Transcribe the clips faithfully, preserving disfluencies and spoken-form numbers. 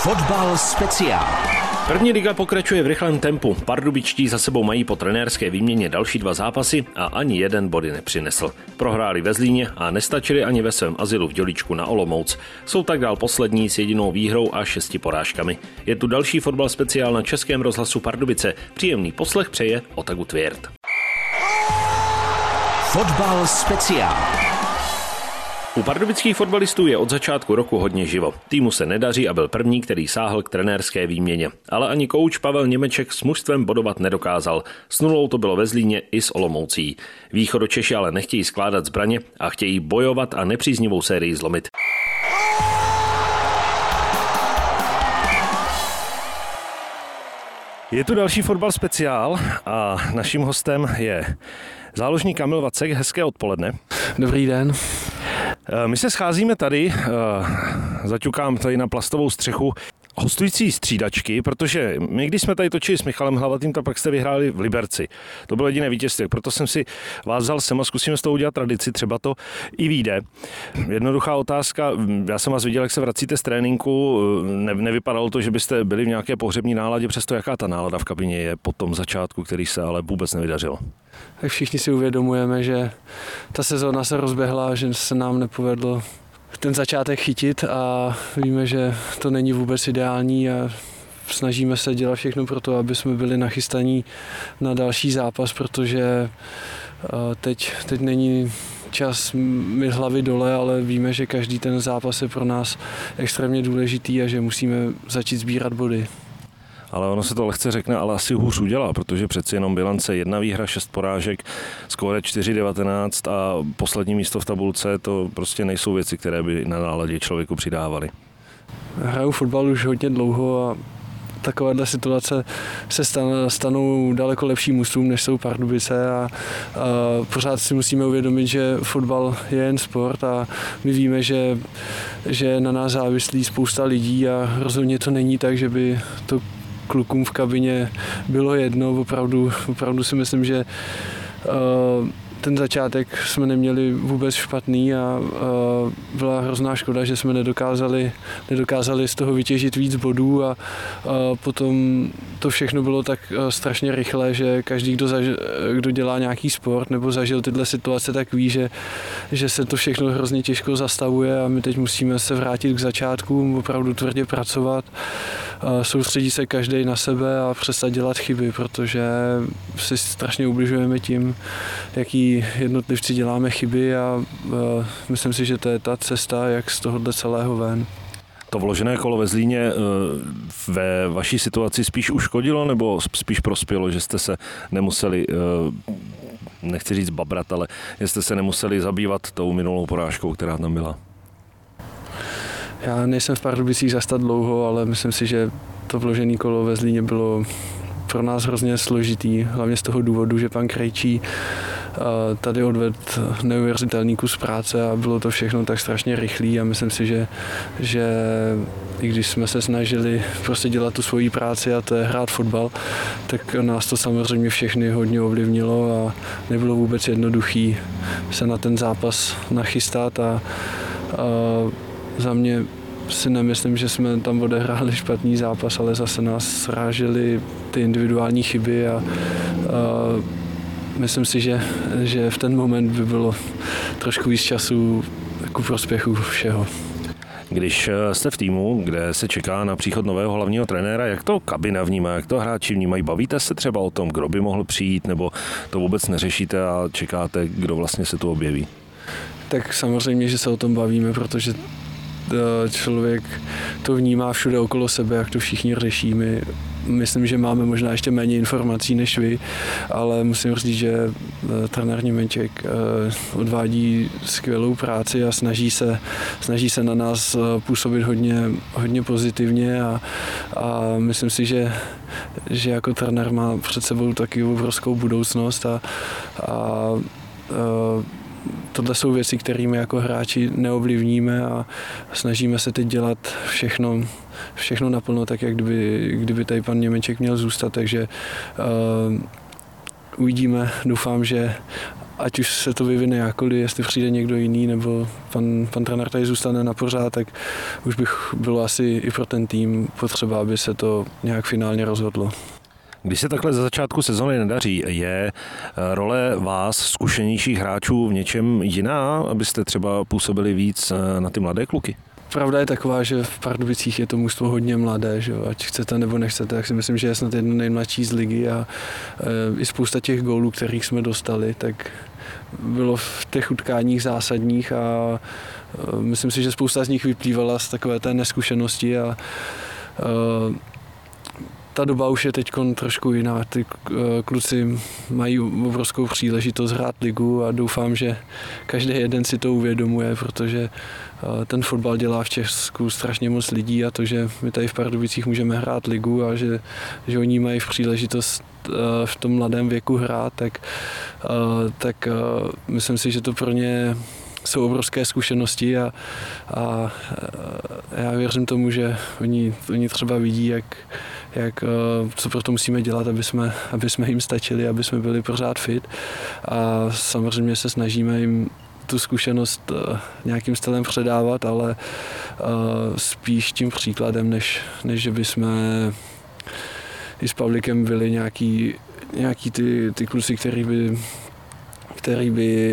Fotbal speciál. První liga pokračuje v rychlém tempu. Pardubičtí za sebou mají po trenérské výměně další dva zápasy a ani jeden body nepřinesl. Prohráli ve Zlíně a nestačili ani ve svém azylu v Dělíčku na Olomouc. Jsou tak dál poslední s jedinou výhrou a šesti porážkami. Je tu další fotbal speciál na Českém rozhlasu Pardubice. Příjemný poslech přeje Otagu Tvěrt. Fotbal speciál. U pardubických fotbalistů je od začátku roku hodně živo. Týmu se nedaří a byl první, který sáhl k trenérské výměně. Ale ani kouč Pavel Němeček s mužstvem bodovat nedokázal. S nulou to bylo ve Zlíně i s Olomoucí. Východočeši ale nechtějí skládat zbraně a chtějí bojovat a nepříznivou sérii zlomit. Je tu další fotbal speciál a naším hostem je záložník Kamil Vacek. Hezké odpoledne. Dobrý den. My se scházíme tady, zaťukám tady na plastovou střechu, hostující střídačky, protože my, když jsme tady točili s Michalem Hlavatým, tak pak jste vyhráli v Liberci. To bylo jediné vítězství, proto jsem si vás vzal sem a zkusíme z toho udělat tradici, třeba to i vyjde. Jednoduchá otázka, já jsem vás viděl, jak se vracíte z tréninku, ne, nevypadalo to, že byste byli v nějaké pohřební náladě, přesto jaká ta nálada v kabině je po tom začátku, který se ale vůbec nevydařil. Tak všichni si uvědomujeme, že ta sezóna se rozběhla, že se nám nepovedlo ten začátek chytit a víme, že to není vůbec ideální a snažíme se dělat všechno pro to, aby jsme byli nachystaní na další zápas, protože teď, teď není čas mít hlavy dole, ale víme, že každý ten zápas je pro nás extrémně důležitý a že musíme začít sbírat body. Ale ono se to lehce řekne, ale asi hůř udělá, protože přeci jenom bilance jedna výhra, šest porážek, skóre čtyři devatenáct a poslední místo v tabulce, to prostě nejsou věci, které by na náladě člověku přidávaly. Hraju fotbal už hodně dlouho a takovéhle situace se stanou daleko lepším mužstvům, než jsou Pardubice a, a pořád si musíme uvědomit, že fotbal je jen sport a my víme, že, že na nás závislí spousta lidí a rozhodně to není tak, že by to klukům v kabině bylo jedno. Opravdu, opravdu si myslím, že uh, ten začátek jsme neměli vůbec špatný a uh, byla hrozná škoda, že jsme nedokázali, nedokázali z toho vytěžit víc bodů a uh, potom to všechno bylo tak uh, strašně rychle, že každý, kdo, zaži, kdo dělá nějaký sport nebo zažil tyhle situace, tak ví, že, že se to všechno hrozně těžko zastavuje a my teď musíme se vrátit k začátku, opravdu tvrdě pracovat, uh, soustředit se každý na sebe a přestat dělat chyby, protože si strašně ubližujeme tím, jaký jednotlivci děláme chyby a uh, myslím si, že to je ta cesta, jak z tohohle celého ven. To vložené kolo ve Zlíně uh, ve vaší situaci spíš uškodilo nebo spíš prospělo, že jste se nemuseli, uh, nechci říct babrat, ale že jste se nemuseli zabývat tou minulou porážkou, která tam byla? Já nejsem v Pardubicích zas tak dlouho, ale myslím si, že to vložené kolo ve Zlíně bylo pro nás hrozně složitý, hlavně z toho důvodu, že pan Krejčí tady odvedl neuvěřitelný kus práce a bylo to všechno tak strašně rychlý a myslím si, že, že i když jsme se snažili prostě dělat tu svoji práci a to je hrát fotbal, tak nás to samozřejmě všechny hodně ovlivnilo a nebylo vůbec jednoduchý se na ten zápas nachystat a, a za mě si nemyslím, že jsme tam odehráli špatný zápas, ale zase nás srážely ty individuální chyby a, a myslím si, že, že v ten moment by bylo trošku víc času ku prospěchu všeho. Když jste v týmu, kde se čeká na příchod nového hlavního trenéra, jak to kabina vnímá, jak to hráči vnímají? Bavíte se třeba o tom, kdo by mohl přijít, nebo to vůbec neřešíte a čekáte, kdo vlastně se tu objeví? Tak samozřejmě, že se o tom bavíme, protože člověk to vnímá všude okolo sebe, jak to všichni řeší. My myslím, že máme možná ještě méně informací než vy, ale musím říct, že trenér Němeček odvádí skvělou práci a snaží se, snaží se na nás působit hodně, hodně pozitivně a, a myslím si, že, že jako trenér má před sebou taky obrovskou budoucnost a, a, a tohle jsou věci, kterými jako hráči neovlivníme a snažíme se teď dělat všechno, všechno naplno, tak jak kdyby, kdyby tady pan Němeček měl zůstat, takže uh, uvidíme, doufám, že ať už se to vyvine jakkoliv, jestli přijde někdo jiný, nebo pan, pan trenér tady zůstane na pořád, tak už bych bylo asi i pro ten tým potřeba, aby se to nějak finálně rozhodlo. Když se takhle za začátku sezony nedaří, je role vás, zkušenějších hráčů, v něčem jiná, abyste třeba působili víc na ty mladé kluky? Pravda je taková, že v Pardubicích je to mužstvo hodně mladé, že jo? Ať chcete nebo nechcete, tak si myslím, že je snad jedno nejmladší z ligy a e, i spousta těch gólů, kterých jsme dostali, tak bylo v těch utkáních zásadních a e, myslím si, že spousta z nich vyplývala z takové té neskušenosti a e, ta doba už je teď trošku jiná. Ty kluci mají obrovskou příležitost hrát ligu a doufám, že každý jeden si to uvědomuje, protože ten fotbal dělá v Česku strašně moc lidí a to, že my tady v Pardubicích můžeme hrát ligu a že, že oni mají v příležitost v tom mladém věku hrát, tak, tak myslím si, že to pro ně jsou obrovské zkušenosti a, a já věřím tomu, že oni, oni třeba vidí, jak, jak, co pro to musíme dělat, aby jsme, aby jsme jim stačili, aby jsme byli pořád fit a samozřejmě se snažíme jim tu zkušenost nějakým stylem předávat, ale spíš tím příkladem, než, než že bychom i s Pavlíkem byli nějaký, nějaký ty, ty kluci, který by, který by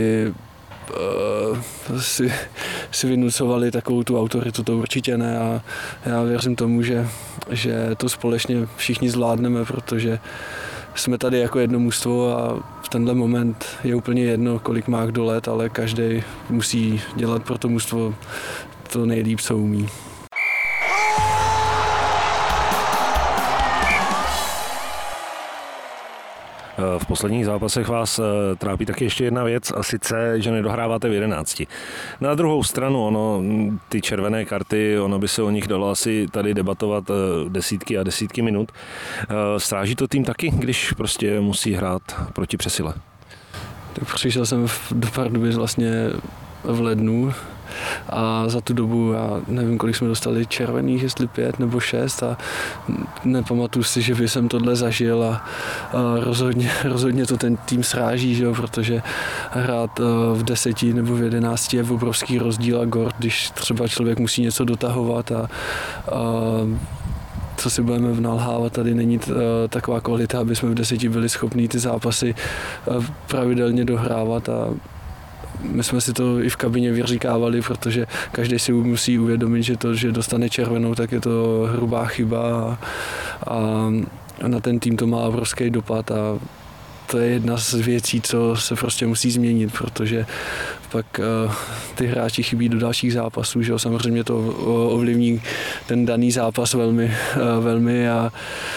Si, si vynucovali takovou tu autoritu, to určitě ne a já věřím tomu, že, že to společně všichni zvládneme, protože jsme tady jako jedno mužstvo a v tenhle moment je úplně jedno, kolik má kdo let, ale každý musí dělat pro to mužstvo to nejlíp, co umí. V posledních zápasech vás trápí taky ještě jedna věc a sice, že nedohráváte v jedenácti. Na druhou stranu, ono, ty červené karty, ono by se o nich dalo asi tady debatovat desítky a desítky minut. Stráží to tým taky, když prostě musí hrát proti přesile? Tak přišel jsem do Pardubic vlastně v lednu a za tu dobu, já nevím, kolik jsme dostali červených, jestli pět nebo šest a nepamatuju si, že by jsem tohle zažil a, a rozhodně, rozhodně to ten tým sráží, že jo, protože hrát v deseti nebo v jedenácti je obrovský rozdíl a gord, když třeba člověk musí něco dotahovat a, a co si budeme nalhávat, tady není t, taková kvalita, aby jsme v deseti byli schopní ty zápasy pravidelně dohrávat a my jsme si to i v kabině vyříkávali, protože každý si musí uvědomit, že to, že dostane červenou, tak je to hrubá chyba a, a na ten tým to má obrovský dopad a to je jedna z věcí, co se prostě musí změnit, protože pak uh, ty hráči chybí do dalších zápasů, že jo, samozřejmě to ovlivní ten daný zápas velmi, uh, velmi a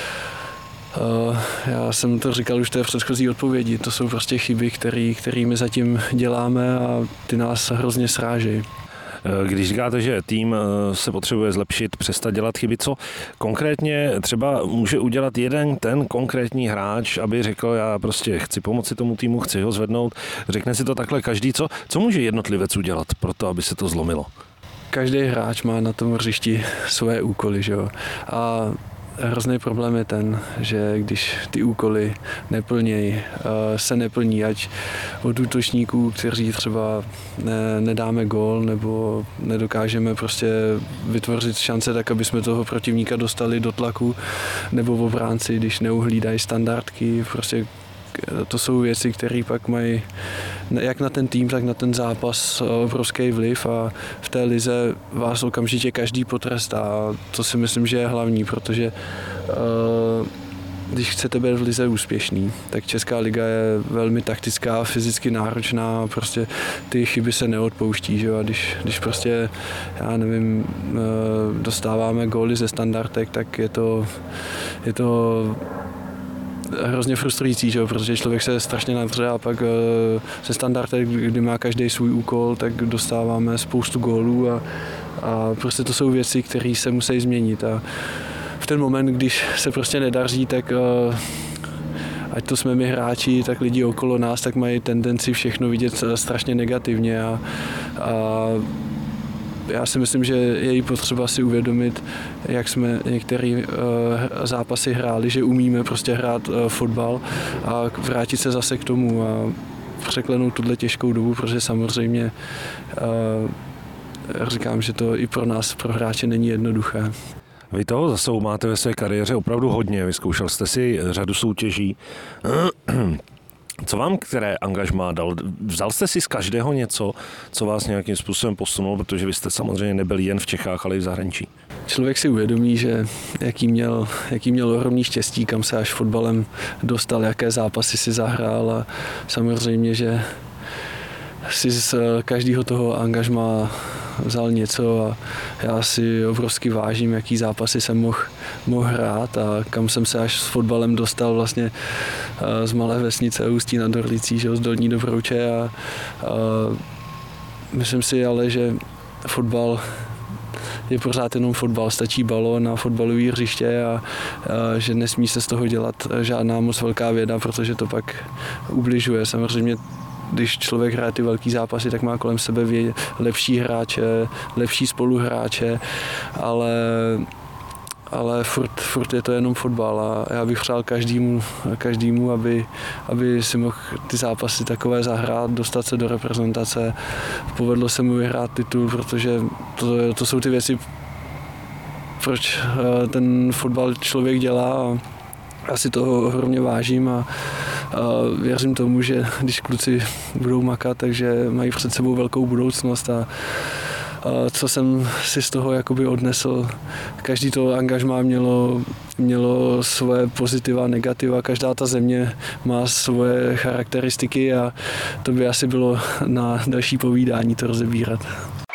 Uh, já jsem to říkal už v té předchozí odpovědi, to jsou prostě chyby, který, který my zatím děláme a ty nás hrozně srážejí. Když říkáte, že tým se potřebuje zlepšit, přestat dělat chyby, co konkrétně třeba může udělat jeden ten konkrétní hráč, aby řekl, já prostě chci pomoci tomu týmu, chci ho zvednout, řekne si to takhle každý, co, co může jednotlivec udělat pro to, aby se to zlomilo? Každý hráč má na tom hřišti svoje úkoly, že jo, a hrozný problém je ten, že když ty úkoly neplnějí, se neplní, ať od útočníků, kteří třeba ne, nedáme gól nebo nedokážeme prostě vytvořit šance tak, aby jsme toho protivníka dostali do tlaku, nebo v obránci, když neuhlídají standardky, prostě to jsou věci, které pak mají jak na ten tým, tak na ten zápas obrovský vliv a v té lize vás okamžitě každý potrestá. A to si myslím, že je hlavní, protože uh, když chcete být v lize úspěšný, tak Česká liga je velmi taktická, fyzicky náročná, prostě ty chyby se neodpouští, že jo? A když, když prostě, já nevím, uh, dostáváme góly ze standardek, tak je to, je to hrozně frustrující, že? Protože člověk se strašně nadře a pak se standardem, kdy má každý svůj úkol, tak dostáváme spoustu gólů a, a prostě to jsou věci, které se musí změnit a v ten moment, když se prostě nedaří, tak ať to jsme my hráči, tak lidi okolo nás, tak mají tendenci všechno vidět strašně negativně a, a já si myslím, že je jí potřeba si uvědomit, jak jsme některé uh, zápasy hráli, že umíme prostě hrát uh, fotbal a vrátit se zase k tomu a překlenout tuhle těžkou dobu, protože samozřejmě říkám, že to i pro nás, pro hráče, není jednoduché. Vy toho zase máte ve své kariéře opravdu hodně. Vyzkoušel jste si řadu soutěží. Co vám které angažmá dal? Vzal jste si z každého něco, co vás nějakým způsobem posunulo, protože vy jste samozřejmě nebyli jen v Čechách, ale i v zahraničí. Člověk si uvědomí, že jaký měl, jaký měl ohromný štěstí, kam se až fotbalem dostal, jaké zápasy si zahrál a samozřejmě, že si z každého toho angažmá vzal něco a já si obrovsky vážím, jaký zápasy jsem mohl, mohl hrát a kam jsem se až s fotbalem dostal vlastně z malé vesnice Ústí nad Orlicí, že z Dolní Dobrouče a, a myslím si ale, že fotbal je pořád jenom fotbal, stačí balón a fotbalové hřiště a, a že nesmí se z toho dělat žádná moc velká věda, protože to pak ubližuje. Samozřejmě když člověk hraje ty velký zápasy, tak má kolem sebe lepší hráče, lepší spoluhráče, ale, ale furt, furt je to jenom fotbal a já bych přál každému, každému aby, aby si mohl ty zápasy takové zahrát, dostat se do reprezentace. Povedlo se mu vyhrát titul, protože to, to jsou ty věci, proč ten fotbal člověk dělá a já si toho ohromně vážím a, a věřím tomu, že když kluci budou makat, takže mají před sebou velkou budoucnost a, a co jsem si z toho jakoby odnesl, každý to angažmá mělo, mělo svoje pozitiva, negativa, každá ta země má svoje charakteristiky a to by asi bylo na další povídání to rozebírat.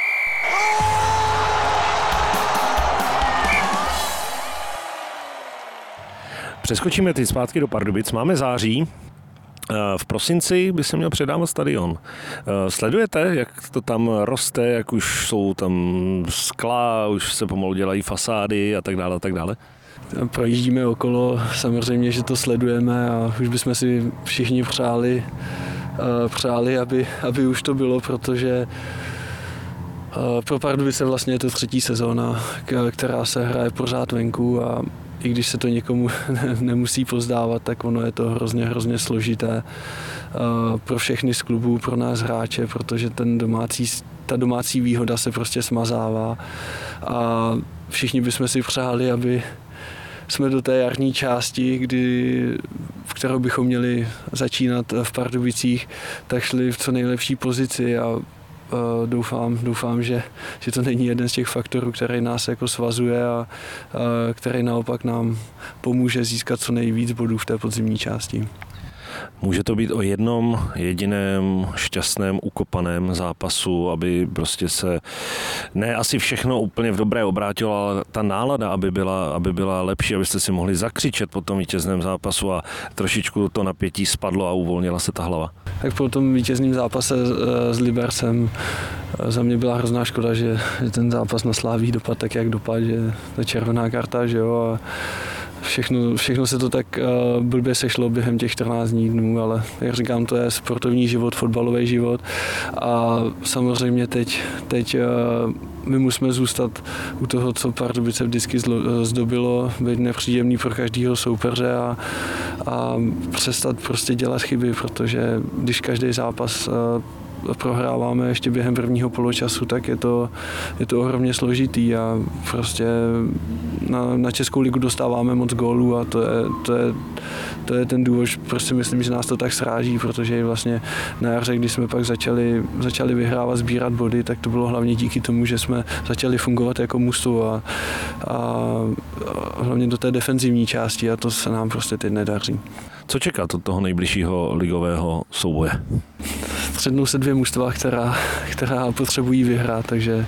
Přeskočíme teď zpátky do Pardubic. Máme září. V prosinci by se měl předávat stadion. Sledujete, jak to tam roste, jak už jsou tam skla, už se pomalu dělají fasády a tak dále a tak dále? Projíždíme okolo, samozřejmě, že to sledujeme a už bychom si všichni přáli, přáli aby, aby už to bylo, protože pro Pardubice vlastně je to třetí sezóna, která se hraje pořád venku a i když se to někomu nemusí pozdávat, tak ono je to hrozně, hrozně složité pro všechny z klubů, pro nás hráče, protože ten domácí, ta domácí výhoda se prostě smazává a všichni bychom si přáli, aby jsme do té jarní části, kdy, v kterou bychom měli začínat v Pardubicích, tak šli v co nejlepší pozici a Doufám, doufám že, že to není jeden z těch faktorů, který nás jako svazuje a, a který naopak nám pomůže získat co nejvíc bodů v té podzimní části. Může to být o jednom jediném šťastném ukopaném zápasu, aby prostě se ne asi všechno úplně v dobré obrátilo, ale ta nálada, aby byla, aby byla lepší, abyste si mohli zakřičet po tom vítězném zápasu a trošičku to napětí spadlo a uvolnila se ta hlava. Tak po tom vítězném zápase s Libercem za mě byla hrozná škoda, že, že ten zápas na Sláví dopadl tak, jak dopadl, že ta červená karta, že jo, a Všechno, všechno se to tak uh, blbě sešlo během těch čtrnáct dnů, ale jak říkám, to je sportovní život, fotbalový život a samozřejmě teď, teď uh, my musíme zůstat u toho, co Pardubice vždycky zdobilo, být nepříjemný pro každého soupeře a, a přestat prostě dělat chyby, protože když každý zápas uh, prohráváme ještě během prvního poločasu, tak je to, je to ohromně složitý a prostě na, na Českou ligu dostáváme moc gólů a to je, to je, to je ten důvod, prostě myslím, že nás to tak sráží, protože vlastně na jaře, když jsme pak začali, začali vyhrávat, sbírat body, tak to bylo hlavně díky tomu, že jsme začali fungovat jako mužstvo a, a, a hlavně do té defenzivní části a to se nám prostě teď nedaří. Co čekat od toho nejbližšího ligového souboje? Střednou se dvě mužstva, která, která potřebují vyhrát, takže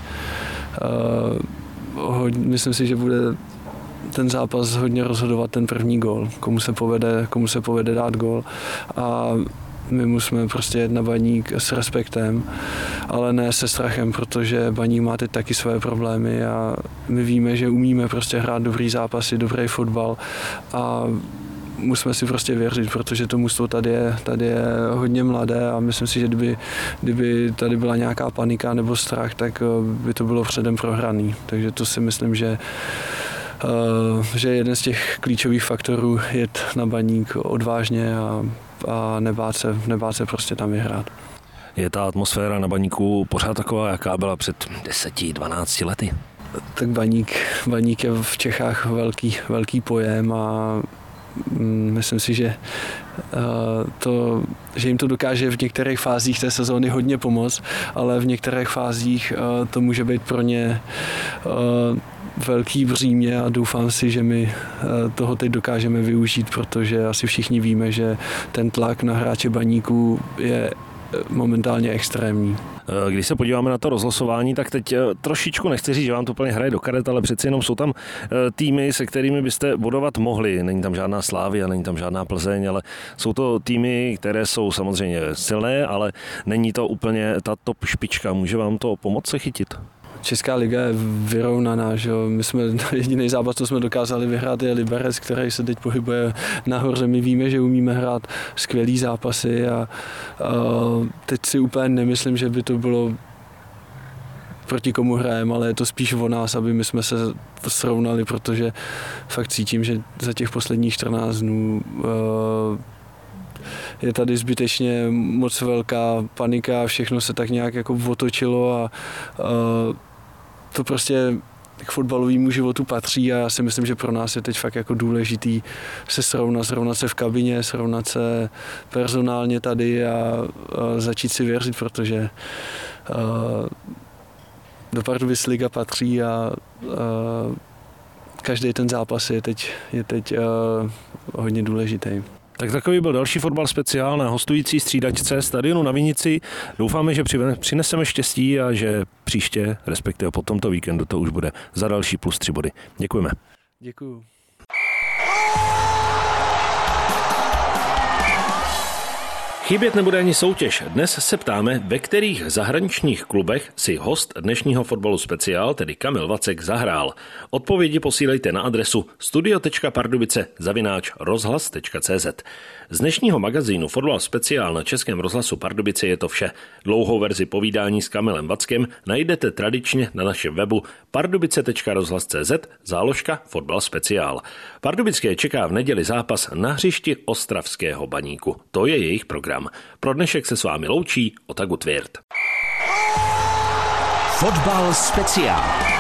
uh, myslím si, že bude ten zápas hodně rozhodovat ten první gól, komu se povede, komu se povede dát gól a my musíme prostě jet na Baník s respektem, ale ne se strachem, protože Baník má teď taky své problémy a my víme, že umíme prostě hrát dobrý zápasy, dobrý fotbal a musíme si prostě věřit, protože to mužstvo tady je, tady je hodně mladé a myslím si, že kdyby, kdyby tady byla nějaká panika nebo strach, tak by to bylo předem prohraný. Takže to si myslím, že, uh, že jeden z těch klíčových faktorů jet na Baník odvážně a a nebát se, nebát se prostě tam vyhrát. Je ta atmosféra na Baníku pořád taková, jaká byla před deseti, dvanácti lety? Tak Baník, Baník je v Čechách velký, velký pojem a myslím si, že, to, že jim to dokáže v některých fázích té sezóny hodně pomoct, ale v některých fázích to může být pro ně velký břímě a doufám si, že my toho teď dokážeme využít, protože asi všichni víme, že ten tlak na hráče Baníku je momentálně extrémní. Když se podíváme na to rozlosování, tak teď trošičku nechci říct, že vám to plně hraje do karet, ale přeci jenom jsou tam týmy, se kterými byste bodovat mohli. Není tam žádná Slavia, není tam žádná Plzeň, ale jsou to týmy, které jsou samozřejmě silné, ale není to úplně ta top špička. Může vám to pomoct se chytit? Česká liga je vyrovnaná, že jo. My jsme, jediný zápas, co jsme dokázali vyhrát, je Liberec, který se teď pohybuje nahoře. My víme, že umíme hrát skvělý zápasy a, a teď si úplně nemyslím, že by to bylo proti komu hrajeme, ale je to spíš o nás, aby my jsme se srovnali, protože fakt cítím, že za těch posledních čtrnáct dnů uh, je tady zbytečně moc velká panika, všechno se tak nějak jako otočilo a, a to prostě k fotbalovému životu patří a já si myslím, že pro nás je teď fakt jako důležitý se srovnat, srovnat se v kabině, srovnat se personálně tady a, a začít si věřit, protože a, do Pardubic liga patří a, a každý ten zápas je teď, je teď a, hodně důležitý. Tak takový byl další fotbal speciál na hostující střídačce stadionu na Vinici. Doufáme, že přineseme štěstí a že příště, respektive po tomto víkendu, to už bude za další plus tři body. Děkujeme. Děkuju. Chybět nebude ani soutěž. Dnes se ptáme, ve kterých zahraničních klubech si host dnešního fotbalu speciál, tedy Kamil Vacek, zahrál. Odpovědi posílejte na adresu studio tečka pardubice zavináč rozhlas tečka cé zet. Z dnešního magazínu Fotbal speciál na Českém rozhlasu Pardubice je to vše. Dlouhou verzi povídání s Kamilem Vackem najdete tradičně na našem webu pardubice tečka rozhlas tečka cé zet záložka Fotbal speciál. Pardubické čeká v neděli zápas na hřišti ostravského Baníku. To je jejich program. Pro dnešek se s vámi loučí Otaku Tvěrt. Fotbal speciál.